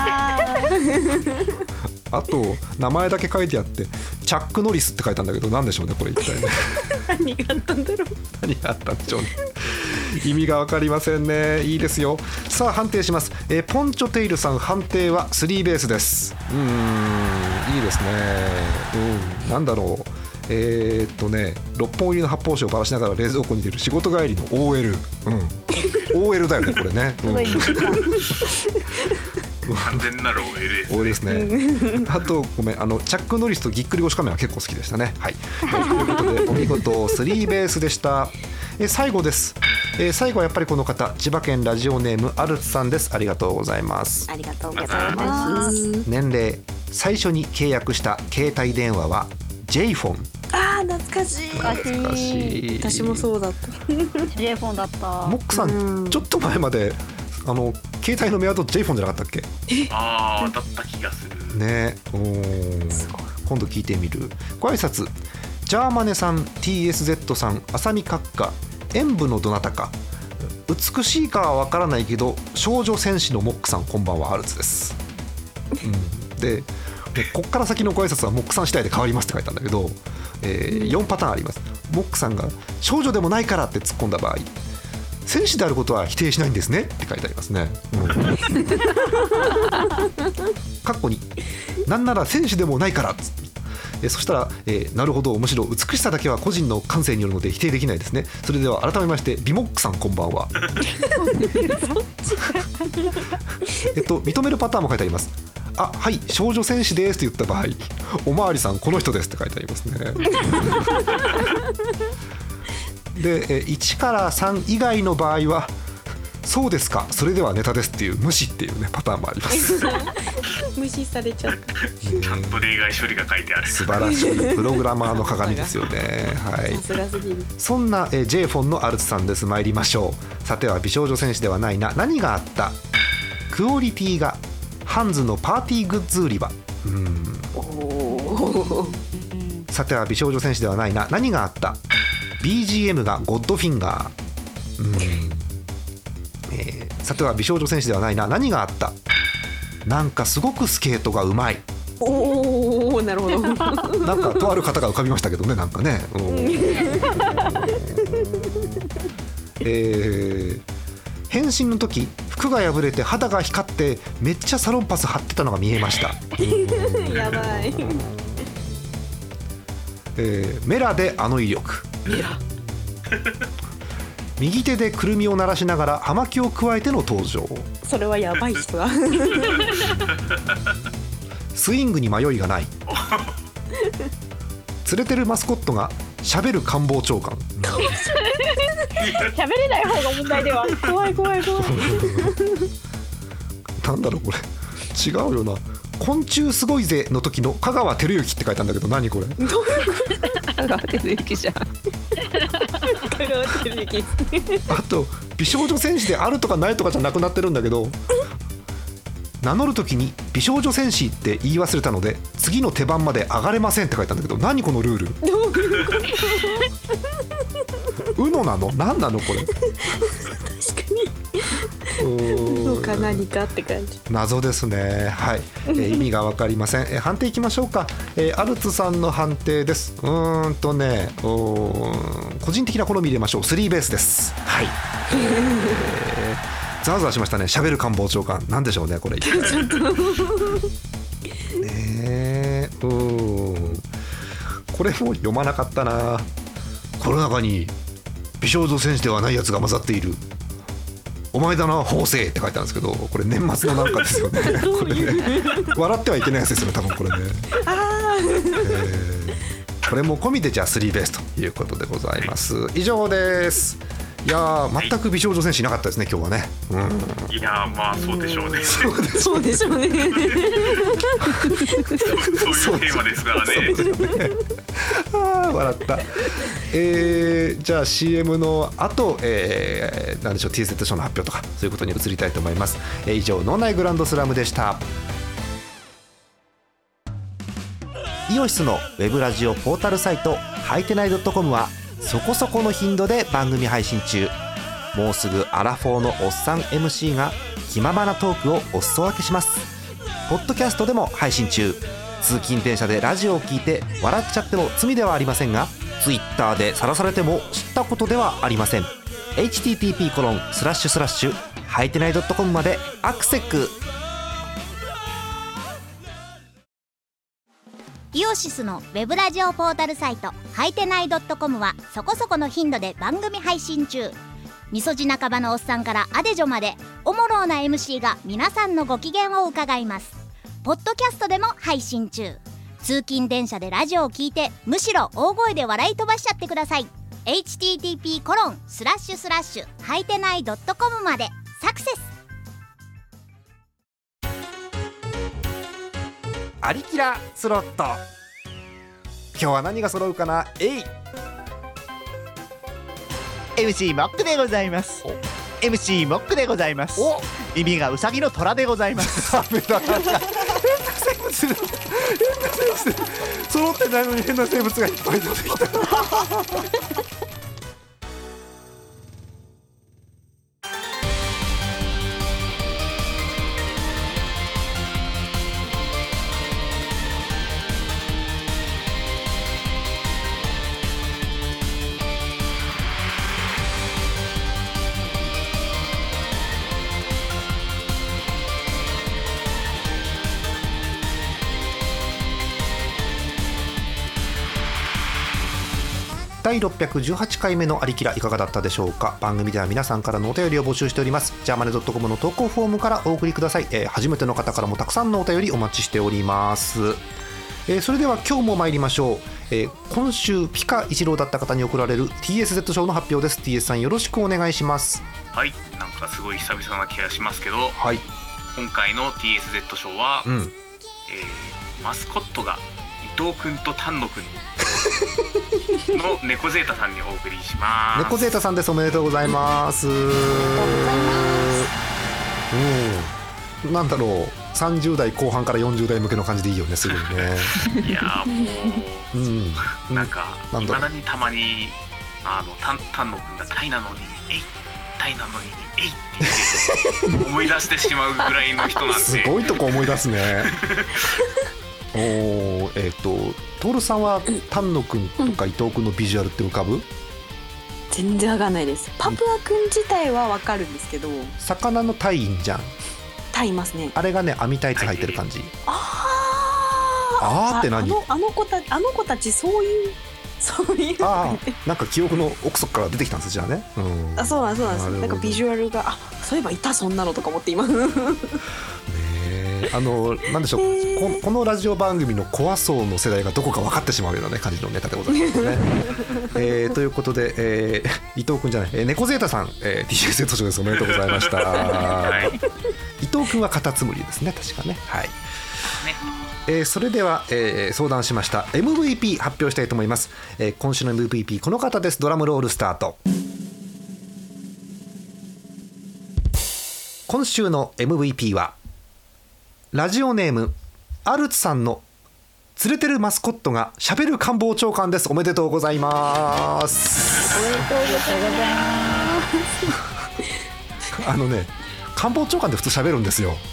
あと名前だけ書いてあってチャック・ノリスって書いたんだけど、何でしょうねこれ一体ね。 何があったんだろう。 何があったんでしょうね。意味が分かりませんね。いいですよ。さあ判定します。ポンチョテイルさん判定は3ベースです。いいですね。なんだろう。6本入りの発泡酒をばらしながら冷蔵庫に出る仕事帰りの OL、OL だよねこれね。 完全なる OL ですね。あとごめん、チャック・ノリスとぎっくり腰仮面は結構好きでしたね。はい。ということでお見事3ベースでした。最後です。最後はやっぱりこの方、千葉県ラジオネームアルツさんです。ありがとうございます。 ありがとうございます。 年齢、最初に契約した携帯電話は J フォン。 懐かしい。私もそうだった。 J フォンだった。 モックさん、ちょっと前まで携帯のメアド J フォンじゃなかったっけ？ だった気がするね。今度聞いてみる。ご挨拶、ジャーマネさん、 TSZ さん、浅見閣下、演舞のどなたか、美しいかは分からないけど少女戦士のモックさん、こんばんは、アルツです。でこっから先のご挨拶はモックさん次第で変わりますって書いたんだけど、4パターンあります。モックさんが少女でもないからって突っ込んだ場合、戦士であることは否定しないんですねって書いてありますね。カッコになんなら戦士でもないからっつって、そしたら、なるほど、むしろ美しさだけは個人の感性によるので否定できないですね。それでは改めましてビモックさん、こんばんは。認めるパターンも書いてあります。はい、少女戦士ですって言った場合、おまわりさんこの人ですって書いてありますね。で1から3以外の場合はそうですか、それではネタですっていう無視っていうねパターンもあります。 無視されちゃった。 ちゃんと例外処理が書いてある。 素晴らしいプログラマーの鏡ですよね。はい。 さすがすぎる。 そんな J フォンのアルツさんです。参りましょう。さては美少女戦士ではないな、何があった？クオリティがハンズのパーティーグッズ売り場。さては美少女戦士ではないな、何があった？ BGM がゴッドフィンガー。さては美少女戦士ではないな、何があった？なんかすごくスケートがうまい。 なるほど。 なんかとある方が浮かびましたけどね、なんかね。変身の時服が破れて肌が光ってめっちゃサロンパス貼ってたのが見えました。 やばい。 メラであの威力。右手でくるみを鳴らしながら葉巻を加えての登場。 それはやばい人だ。 スイングに迷いがない。連れてるマスコットが喋る官房長官。 喋れない方が問題では。 怖い。 なんだろうこれ、違うよな。昆虫すごいぜの時の香川照之って書いたんだけど、何これ。 香川照之じゃん。 香川照之。 あと美少女戦士であるとかないとかじゃなくなってるんだけど、名乗る時に美少女戦士って言い忘れたので次の手番まで上がれませんって書いたんだけど、何このルール。UNO なの？何なのこれ。 確かに。UNO か何かって感じ。 謎ですね。はい。意味が分かりません。判定いきましょうか。アルツさんの判定です。個人的な好み入れましょう。3ベースです。はい。ざわざわしましたね。喋る官房長官、なんでしょうねこれ。これも読まなかったな。この中に美少女戦士ではないやつが混ざっている。お前だな法政って書いてあるんですけど、これ年末のなんかですよね。これね、笑ってはいけないやつですよね多分これね。これも込みでじゃあ3ベースということでございます。以上です。いや全く美少女戦士いなかったですね今日はね。 いやまあそうでしょうね。 そうでしょうね。 そういうテーマですからね。 笑った。じゃあ CM の後、なんでしょう TSZ 賞の発表とかそういうことに移りたいと思います。以上脳内グランドスラムでした。イオシスのウェブラジオポータルサイトはいてない .com はそこそこの頻度で番組配信中。もうすぐアラフォーのおっさん MC が気ままなトークをお裾分けします。ポッドキャストでも配信中。通勤電車でラジオを聞いて笑っちゃっても罪ではありませんが、 Twitter で晒されても知ったことではありません。 http:// はいてない .com までアクセック。 イオシスのウェブラジオポータルサイトはいてない .com はそこそこの頻度で番組配信中。みそじ半ばのおっさんからアデジョまでおもろうな MC が皆さんのご機嫌を伺います。ポッドキャストでも配信中。通勤電車でラジオを聞いてむしろ大声で笑い飛ばしちゃってください。 http:// はいてない .com までサクセス。 アリキラスロット。今日は何が揃うかな。 MC モックでございます。MC モックでございます。耳がウサギの虎でございます。 ダメだ、なんか変な生物揃ってないのに変な生物がいっぱい出てきた。第618回目のアリキラいかがだったでしょうか。番組では皆さんからのお便りを募集しております。ジャーマネ .com の投稿フォームからお送りください。初めての方からもたくさんのお便りお待ちしております。それでは今日も参りましょう。今週ピカ一郎だった方に贈られる TSZ 賞の発表です。 TS さんよろしくお願いします。 はい、なんかすごい久々な気がしますけど、 はい、 今回の TSZ 賞は、マスコットが伊藤くんと丹野くんの猫ゼータさんにお送りします。 猫ゼータさんです。おめでとうございます。なんだろう、30代後半から40代向けの感じでいいよね、すごいね。 いやもう、なんかいまだにたまに丹野くんがタイなのにえい、タイなのにえいって言って思い出してしまうぐらいの人なんで。 すごいとこ思い出すね。トールさんは丹野くんとか伊藤くんのビジュアルって浮かぶ？ 全然わかんないです。パプアくん自体はわかるんですけど、 魚のタイいんじゃん。 タイいますね。 あれがね、網タイツ履いてる感じ。 あーって何？あの子たちそういうなんか記憶の奥底から出てきたんですじゃあね。 そうなんです。なんかビジュアルがそういえばいたそんなのとか思って今。 なんでしょう、このラジオ番組のコア層の世代がどこか分かってしまうような、ね、感じのネタでございますね。ということで、伊藤くんじゃない、猫ゼータさん、TSZ 賞です。おめでとうございました。伊藤くんはカタツムリですね、確かね。はい。それでは、相談しました MVP 発表したいと思います。今週の MVP この方です。ドラムロールスタート。今週の MVP はラジオネームアルツさんの連れてるマスコットが喋る官房長官です。おめでとうございます。 おめでとうございます。官房長官って普通喋るんですよ。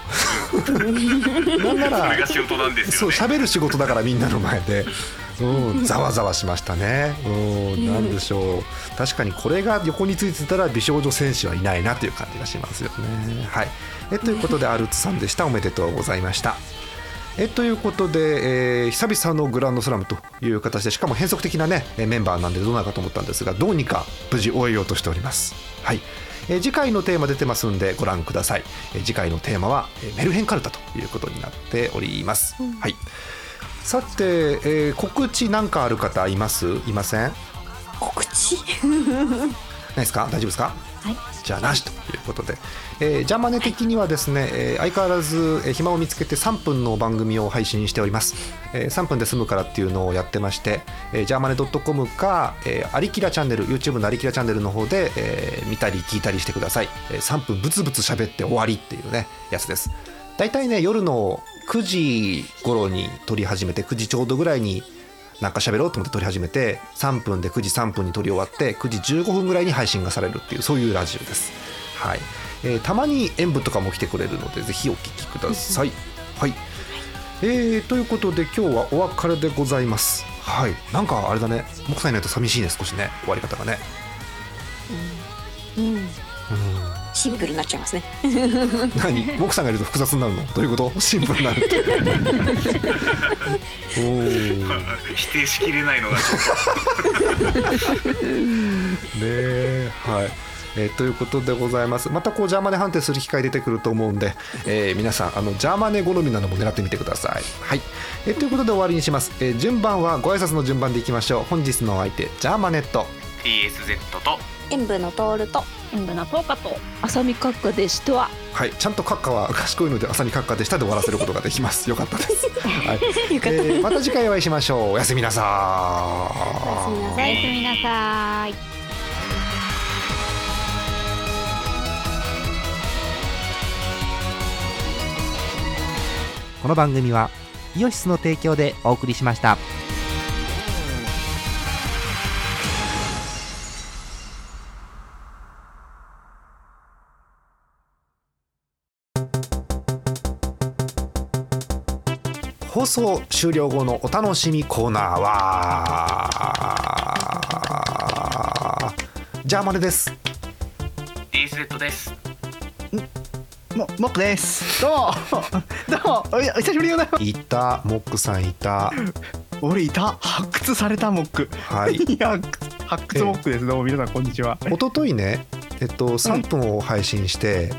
なんならそれが仕事なんですよね。 そう、喋る仕事だからみんなの前で。ざわざわしましたね。なんでしょう、確かにこれが横についてたら美少女戦士はいないなという感じがしますよね。はい。ということでアルツさんでした。おめでとうございました。ということで、久々のグランドスラムという形で、しかも変則的なねメンバーなんでどうなるかと思ったんですが、どうにか無事終えようとしております。はい。次回のテーマ出てますんでご覧ください。次回のテーマはメルヘンカルタということになっております。はい。さて、告知なんかある方います？いません？ 告知ないですか？大丈夫ですか？ はい。 じゃあなしということで、ジャマネ的にはですね、相変わらず、暇を見つけて3分の番組を配信しております。3分で済むからっていうのをやってまして、ジャーマネ .com か、アリキラチャンネル YouTube のアリキラチャンネルの方で、見たり聞いたりしてください。3分ブツブツ喋って終わりっていうねやつです。だいたいね夜の9時頃に撮り始めて、9時ちょうどぐらいになんか喋ろうと思って撮り始めて3分で9時3分に撮り終わって9時15分ぐらいに配信がされるっていうそういうラジオです。はい。たまに演舞とかも来てくれるのでぜひお聞きください。はい。ということで今日はお別れでございます。はい。なんかあれだね、木さんいないと寂しいね、少しね、終わり方がね。 シンプルになっちゃいますね。 何？木さんがいると複雑になるの？どういうこと？シンプルになるって。 否定しきれないのがちょっと。 ね、はい。ということでございます。またこうジャーマネ判定する機会出てくると思うんで、皆さんジャーマネ好みなのも狙ってみてください。はい。ということで終わりにします。順番はご挨拶の順番でいきましょう。本日のお相手ジャーマネット TSZ と演舞のトールと演舞のトーカと浅見閣下でした。 はい、ちゃんと閣下は賢いので浅見閣下でしたで終わらせることができます。よかったです。はい。また次回お会いしましょう。おやすみなさーい。 おやすみなさい。 この番組はイオシスの提供でお送りしました。 放送終了後のお楽しみコーナーはジャーマネです。 TSZ です。 モックです。どうもお久しぶりでございます。 いた、モックさんいた。 俺いた。発掘されたモック。 はい。 いや発掘モックです。どうも皆さんこんにちは。 一昨日ね、3分を配信して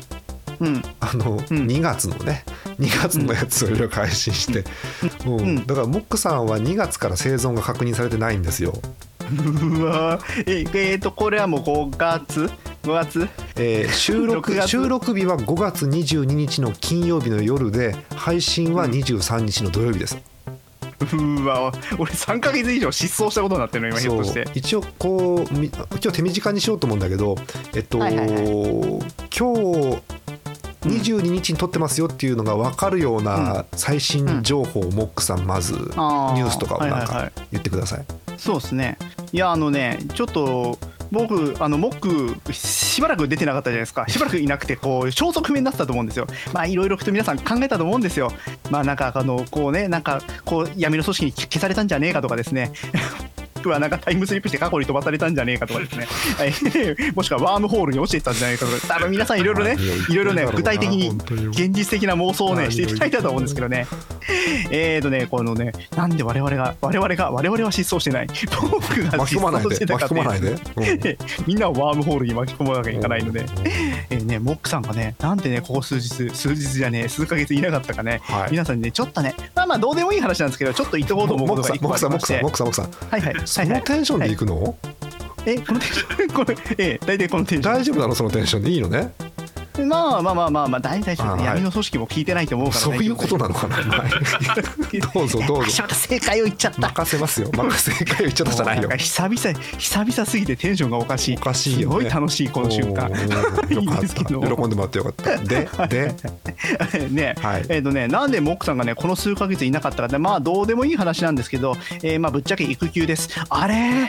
、2月のね2月のやつをいろいろ配信して、だからモックさんは2月から生存が確認されてないんですよ。 うわこれはもう5月収録日は5月22日の金曜日の夜で配信は23日の土曜日です。 うわ俺3ヶ月以上失踪したことになってるの今ひょっとして。 一応こう今日手短にしようと思うんだけど今日22日に撮ってますよっていうのが分かるような最新情報をモックさんまずニュースとかをなんか言ってください。 そうですね。いやちょっと僕モックしばらく出てなかったじゃないですか。しばらくいなくてこう消息不明になってたと思うんですよ。いろいろと皆さん考えたと思うんですよ。なんかこうねなんかこう闇の組織に消されたんじゃねえかとかですねはなんかタイムスリップして過去に飛ばされたんじゃねえかとかですねもしくはワームホールに落ちてたんじゃないかとか皆さんいろいろね具体的に現実的な妄想をねしていただいたと思うんですけどねこのねなんで我々は失踪してない僕が失踪してたかってみんなをワームホールに巻き込むわけにいかないのでモックさんがねなんでねここ数日じゃねえ数ヶ月いなかったかね皆さんにねちょっとねどうでもいい話なんですけどちょっと言っとこうと思うことが1個ありましてモックさんはいそのテンションで行くの？ このテンション大体このテンション大丈夫なの？そのテンションでいいのね？ 大丈夫。闇の組織も聞いてないと思うからそういうことなのかなどうぞ正解を言っちゃった。 任せますよ。正解を言っちゃったじゃないよ。 久々すぎてテンションがおかしいよ、ね、 すごい楽しいこの瞬間いいんですけど喜んでもらってよかったでね、なんでモックさんがねこの数ヶ月いなかったかってどうでもいい話なんですけど、ぶっちゃけ育休です。あれ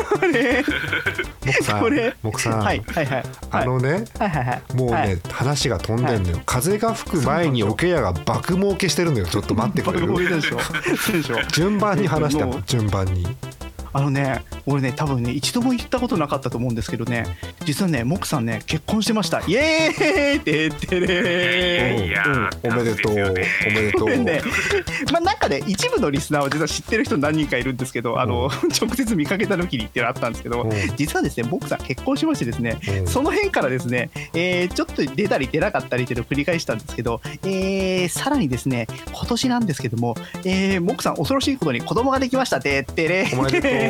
モクさんもうね話が飛んでんのよ。風が吹く前に桶屋が爆儲けしてるのよ。ちょっと待ってくれる？順番に話しても順番に。 俺ね多分ね一度も言ったことなかったと思うんですけどね実はねモックさんね結婚してました。イエーイてってれおめでとうおめでとう。 なんかね一部のリスナーは実は知ってる人何人かいるんですけど直接見かけた時にっていうのあったんですけど実はですねモックさん結婚しましてですねその辺からですねちょっと出たり出なかったりっていうのを繰り返したんですけどさらにですね今年なんですけどもモックさん恐ろしいことに子供ができました。てってれおめでとう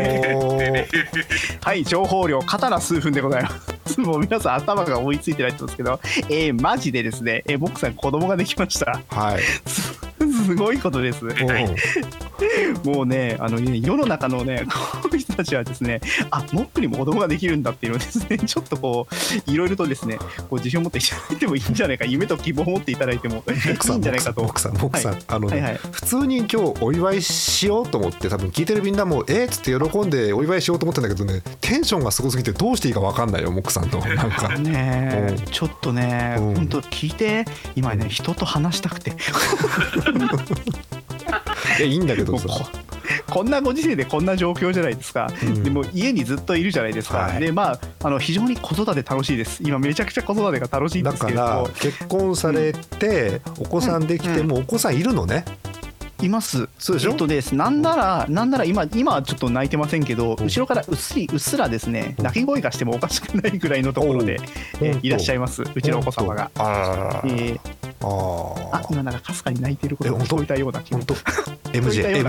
はい情報量刀数分でございます。もう皆さん頭が追いついてないと思うんですけどマジでですねモックさん子供ができました。 はいすごいことです。 もうね世の中のねこういう人たちはですね、モックにも子供ができるんだっていうのをですね、ちょっとこういろいろとですね、こう自信を持っていただいてもいいんじゃないか、夢と希望を持っていただいてもいいんじゃないかと。 モックさん、 はいはい、 普通に今日お祝いしようと思って多分聞いてるみんなもっつって喜んでお祝いしようと思ってんだけどね、テンションがすごすぎてどうしていいか分かんないよモックさんのなんかねちょっとね、本当聞いて、今ね人と話したくていいんだけどさ、 こんなご時世でこんな状況じゃないですか、でも家にずっといるじゃないですか、で非常に子育て楽しいです。今めちゃくちゃ子育てが楽しいんですけど、だから結婚されて、お子さんできてもお子さんいるのね。 います。 そうでしょ。 ですなんなら今はちょっと泣いてませんけど、後ろからうっすらですね、泣き声がしてもおかしくないぐらいのところでいらっしゃいます、うちのお子様が。今なんかかすかに泣いてることが聞こえたような気が。 MJ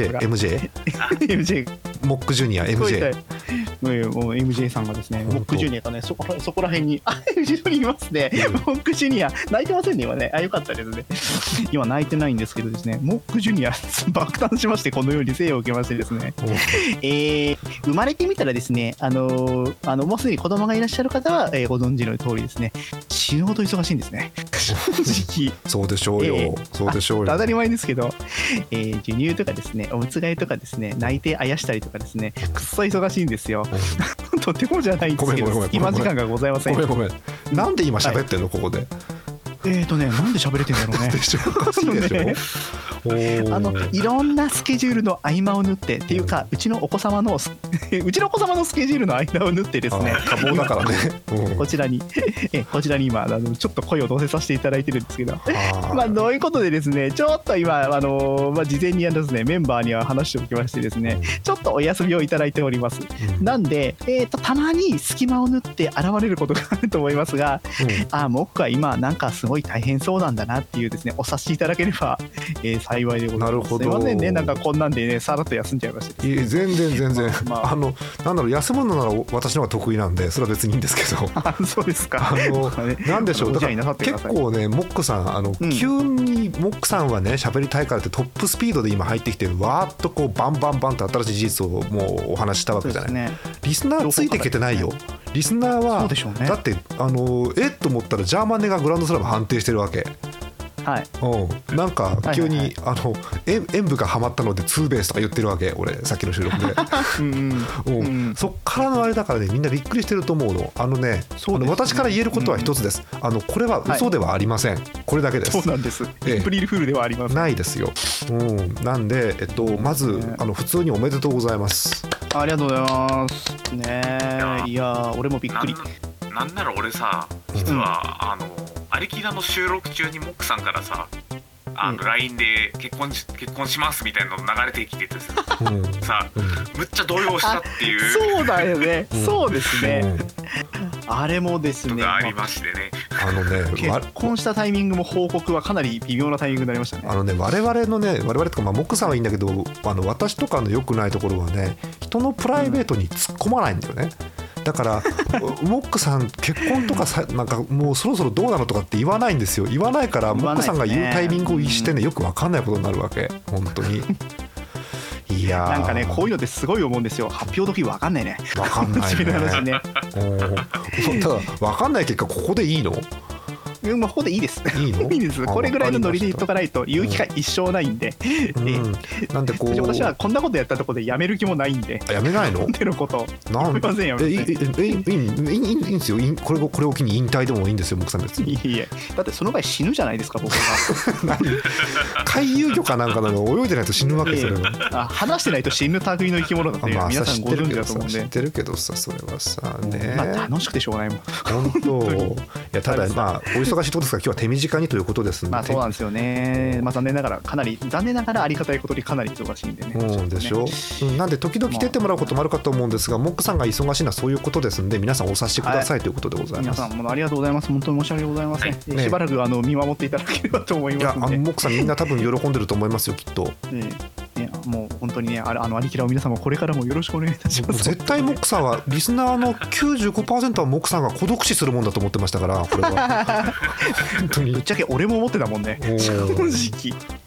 モックジュニア MJ もう MJ さんがですね、モックジュニアがねそこら辺に後ろにいますね。モックジュニア泣いてませんね今ね。よかったですね。今泣いてないんですけどですね、モックジュニア爆誕しまして、このように生を受けましてですね、生まれてみたらですね、もうすでに子供がいらっしゃる方は、ご存知の通りですね、死ぬほど忙しいんですね。正直そうでしょうよ、そうでしょうよ。 当たり前ですけど、授乳とかですね、おむつ替えとかですね、泣いてあやしたりとかですね、くっそ忙しいんですよ。とてもじゃないんですけど、今時間がございません。 ごめんなんで今喋ってんの、ここで。 なんで喋れてんだろうね。 おかしいでしょ。 いろんなスケジュールの合間を縫ってっていうか、うちのお子様のスケジュールの間を縫ってですね、 多忙だからね、 こちらに今ちょっと声を乗せさせていただいてるんですけど、どういうことでですね、ちょっと今事前にですねメンバーには話しておきましてですね、ちょっとお休みをいただいております。なんでたまに隙間を縫って現れることがあると思いますが、モックは今なんかすごい大変そうなんだなっていうですね、お察しいただければ幸いでございます。 なるほど。 すいませんね、なんかこんなんでねさらっと休んじゃいました。 全然なんだろう、休むのなら私の方が得意なんでそれは別にいいんですけど。 そうですか。 なんでしょう、だから結構ねモックさん急にモックさんはね喋りたいからってトップスピードで今入ってきてわーっとこうバンバンと新しい事実をもうお話ししたわけじゃない。リスナーついていけてないよ。リスナーはだってと思ったらジャーマネがグランドスラム判定してるわけ。なんか急に演舞がハマったのでツーベースとか言ってるわけ、俺さっきの収録でそっからのあれだからね、みんなびっくりしてると思うの。私から言えることは一つです。これは嘘ではありません。これだけです。 そうなんです。エイプリルフールではありません。 ないですよ。なんでまず普通におめでとうございます。 ありがとうございますね。いや俺もびっくり。 なんなら俺さ、実はアリキラの収録中にモックさんからさ、LINE で結婚しますみたいなの流れてきててさ、むっちゃ動揺したっていう。 そうだよね。そうですね。あれもですね。 ありましてね。 結婚したタイミングも報告はかなり微妙なタイミングになりましたね。 我々とかモックさんはいいんだけど、私とかの良くないところはね、人のプライベートに突っ込まないんだよね。だからモックさん結婚とかなんかもうそろそろどうなのとかって言わないんですよ。言わないからモックさんが言うタイミングを逸してね、よく分かんないことになるわけ本当に。いやなんかね、こういうのってすごい思うんですよ。発表時分かんないね。 分かんないね。ただ分かんない結果ここでいいの？ ここでいいです。 いいの？ いいです。これぐらいのノリで言っとかないと言う機会一生ないんで。 なんでこう私はこんなことやったところでやめる気もないんで。 やめないの？ ってのことなんで？いいんですよ。これを機に引退でもいいんですよ、僕さん別に。 いいえ。だってその場合死ぬじゃないですか、僕が。 回遊魚かなんかなの泳いでないと死ぬわけそれは。話してないと死ぬ類の生き物だって皆さんご存知だと思うんで。 知ってるけどさ、それはさね。 楽しくてしょうがないもん。 本当。いやただお忙しいところですから今日は手短にということですので。 そうなんですよね。残念ながらありがたいことにかなり忙しいんでね。 でしょ。なんで時々出てもらうこともあるかと思うんですが、モックさんが忙しいのはそういうことですので、皆さんお察しくださいということでございます。 皆さんありがとうございます。本当に申し訳ございません。しばらく見守っていただければと思いますので。 モックさんみんな多分喜んでると思いますよ、きっと。 もう本当にね、アリキラを皆様これからもよろしくお願いいたします。 絶対モックさんはリスナーの 95% はモックさんが孤独死するもんだと思ってましたから、これは本当にぶっちゃけ俺も思ってたもんね、正直。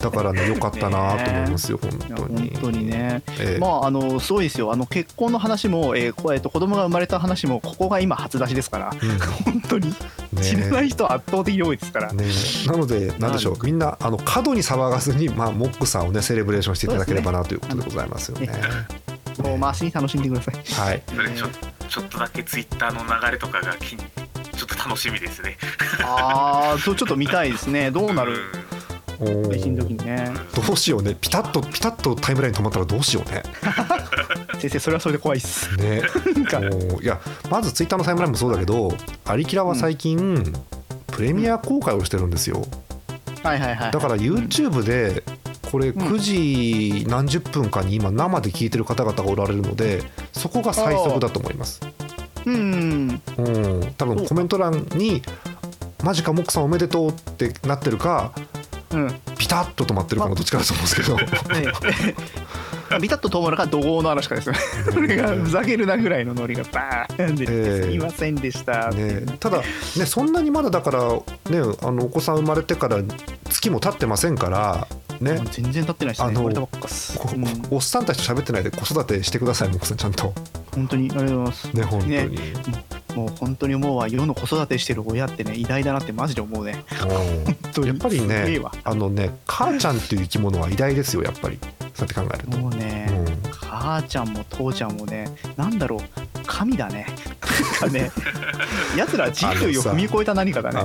だからね良かったなと思いますよ、ね、本当にね、まあすごいですよ。結婚の話も、子供が生まれた話もここが今初出しですから、本当に知らない人圧倒的に多いですから、 なので何でしょう、みんな過度に騒がずに、モックさんをねセレブレーションしていただければなということでございますよね。 もう回しに楽しんでください。 はい。 ちょっとだけツイッターの流れとかがちょっと楽しみですね。 ちょっと見たいですね。どうなる？配信時にね。 どうしようね。ピタッとタイムライン止まったらどうしようね。 先生それはそれで怖いっす。 ね。いやまずツイッターのタイムラインもそうだけど、アリキラは最近、プレミア公開をしてるんですよ。 はいはいはい。 だから YouTube でこれ9時何十分かに今生で聞いてる方々がおられるので、そこが最速だと思います。多分コメント欄にマジかモックさんおめでとうってなってるか、ピタッと止まってるかのどっちかだと思うんですけど、 ビタッと止まるか怒号の話かですよね。それがふざけるなぐらいのノリがバーンですいませんでした、 ただねそんなにまだだからねお子さん生まれてから月も経ってませんからね、 全然経ってないですね。 おっさんたちと喋ってないで子育てしてください、モックさんちゃんと。 本当にありがとうございますね、本当にもう本当に思うわ。世の子育てしてる親ってね偉大だなってマジで思うね。 やっぱりね母ちゃんっていう生き物は偉大ですよ、やっぱりそうやって考えると。 もうね、母ちゃんも父ちゃんもね、なんだろう、神だね。なんかね、やつら人類を踏み越えた何かだね。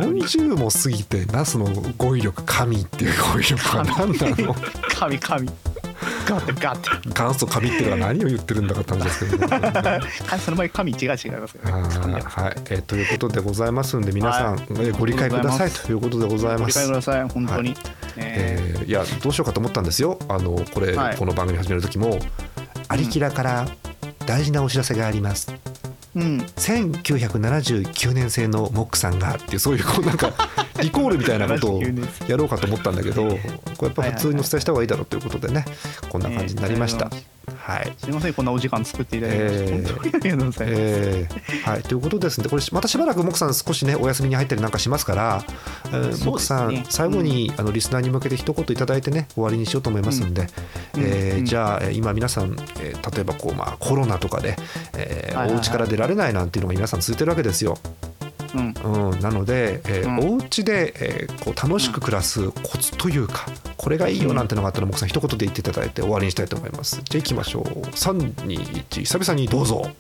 40も過ぎてナスの語彙力、神っていう語彙力は何だろう。 神ガッて元祖神っていうのは何を言ってるんだかって話ですけど、 その前神違いますよね。 はい、ということでございますんで、皆さんご理解くださいということでございます。 ご理解ください、本当に。 いやどうしようかと思ったんですよ。この番組始める時も、アリキラから大事なお知らせがあります。1979年製のモックさんがっていう、そういうなんかリコールみたいなことをやろうかと思ったんだけど、これやっぱ普通にお伝えした方がいいだろうということでね、こんな感じになりました。はい、 すみません、こんなお時間作っていただいて、本当にありがとうございます。 はい、ということですので、これまたしばらくモックさん少しねお休みに入ったりなんかしますから、モックさん最後にリスナーに向けて一言いただいてね終わりにしようと思いますんで、じゃあ今皆さん、例えばコロナとかで、お家から出られないなんていうのが皆さん続いてるわけですよ。なので、お家で、楽しく暮らすコツというか、これがいいよなんてのがあったら、モックさん一言で言っていただいて終わりにしたいと思います。じゃあ行きましょう。3、2、1、久々にどうぞ。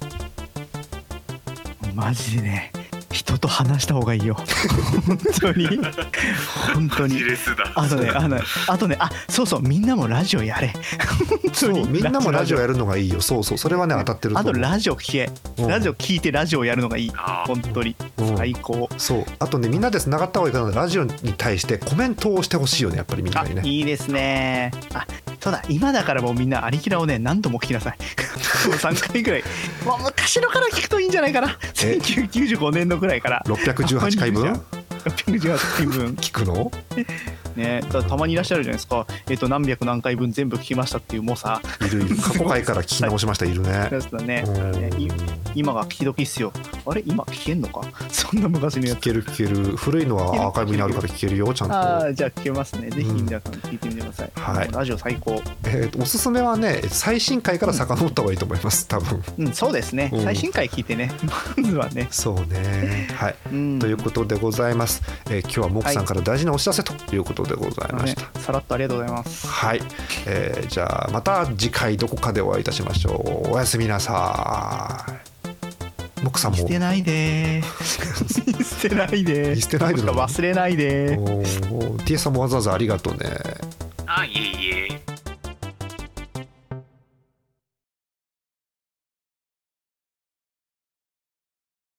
マジでね、人と話した方がいいよ。本当に本当に。あとね、そうみんなもラジオやれ。 そう、みんなもラジオやるのがいいよ。そうそれはね当たってると思う。 あとラジオ聞け、ラジオ聞いてラジオやるのがいい。本当に最高。 そうあとね、みんなで繋がった方がいいから、ラジオに対してコメントをしてほしいよね、やっぱりみんなにね。 いいですね。そうだ、今だからもうみんなアリキラをね何度も聞きなさい。もう3回ぐらい、もう昔のから聞くといいんじゃないかな。1995年のぐらいから 618回分 618回分聞くのね。たまにいらっしゃるじゃないですか。何百何回分全部聞きましたっていうもさ、 いる過去回から聞き直しました。いるね。 今が聞き時っすよ。あれ今聞けんのか。そんな昔のやつ聞ける。古いのはアーカイブにあるから聞けるよ、ちゃんと。 じゃあ聞けますね。ぜひ皆さん聞いてみてください。はい、ラジオ最高。 おすすめはね、最新回から遡った方がいいと思います、多分。 そうですね。最新回聞いてね、まずはね。 そうね。はい。ということでございます。今日はモックさんから大事なお知らせということでございました。 さらっとありがとうございます。 はい。じゃあまた次回どこかでお会いいたしましょう。おやすみなさい。モックさんも捨てないで捨てないで忘れないで。 TS さんもわざわざありがとうね。 いえいえ。